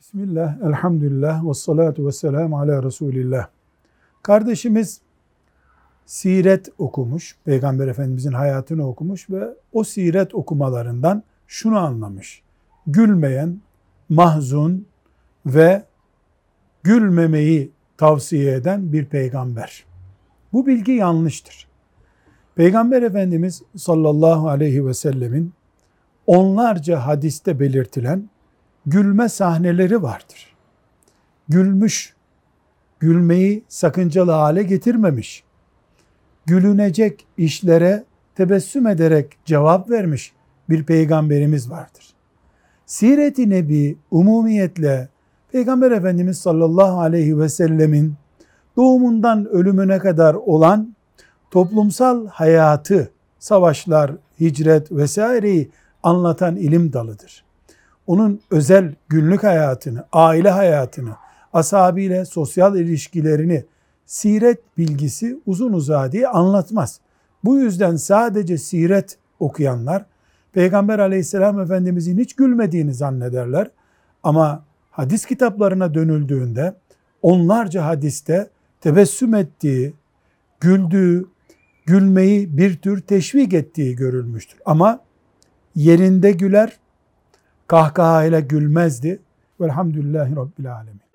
Bismillah, elhamdülillah, ve salatu ve selamu ala Resulillah. Kardeşimiz siret okumuş, Peygamber Efendimizin hayatını okumuş ve o siret okumalarından şunu anlamış: gülmeyen, mahzun ve gülmemeyi tavsiye eden bir peygamber. Bu bilgi yanlıştır. Peygamber Efendimiz sallallahu aleyhi ve sellemin onlarca hadiste belirtilen gülme sahneleri vardır. Gülmüş, gülmeyi sakıncalı hale getirmemiş, gülünecek işlere tebessüm ederek cevap vermiş bir peygamberimiz vardır. Siret-i Nebi umumiyetle Peygamber Efendimiz sallallahu aleyhi ve sellemin doğumundan ölümüne kadar olan toplumsal hayatı, savaşlar, hicret vesaireyi anlatan ilim dalıdır. Onun özel günlük hayatını, aile hayatını, ashabıyla sosyal ilişkilerini siret bilgisi uzun uzadıya anlatmaz. Bu yüzden sadece siret okuyanlar Peygamber aleyhisselam Efendimizin hiç gülmediğini zannederler. Ama hadis kitaplarına dönüldüğünde onlarca hadiste tebessüm ettiği, güldüğü, gülmeyi bir tür teşvik ettiği görülmüştür. Ama yerinde güler, kahkahayla gülmezdi. Velhamdülillahi Rabbil Alemin.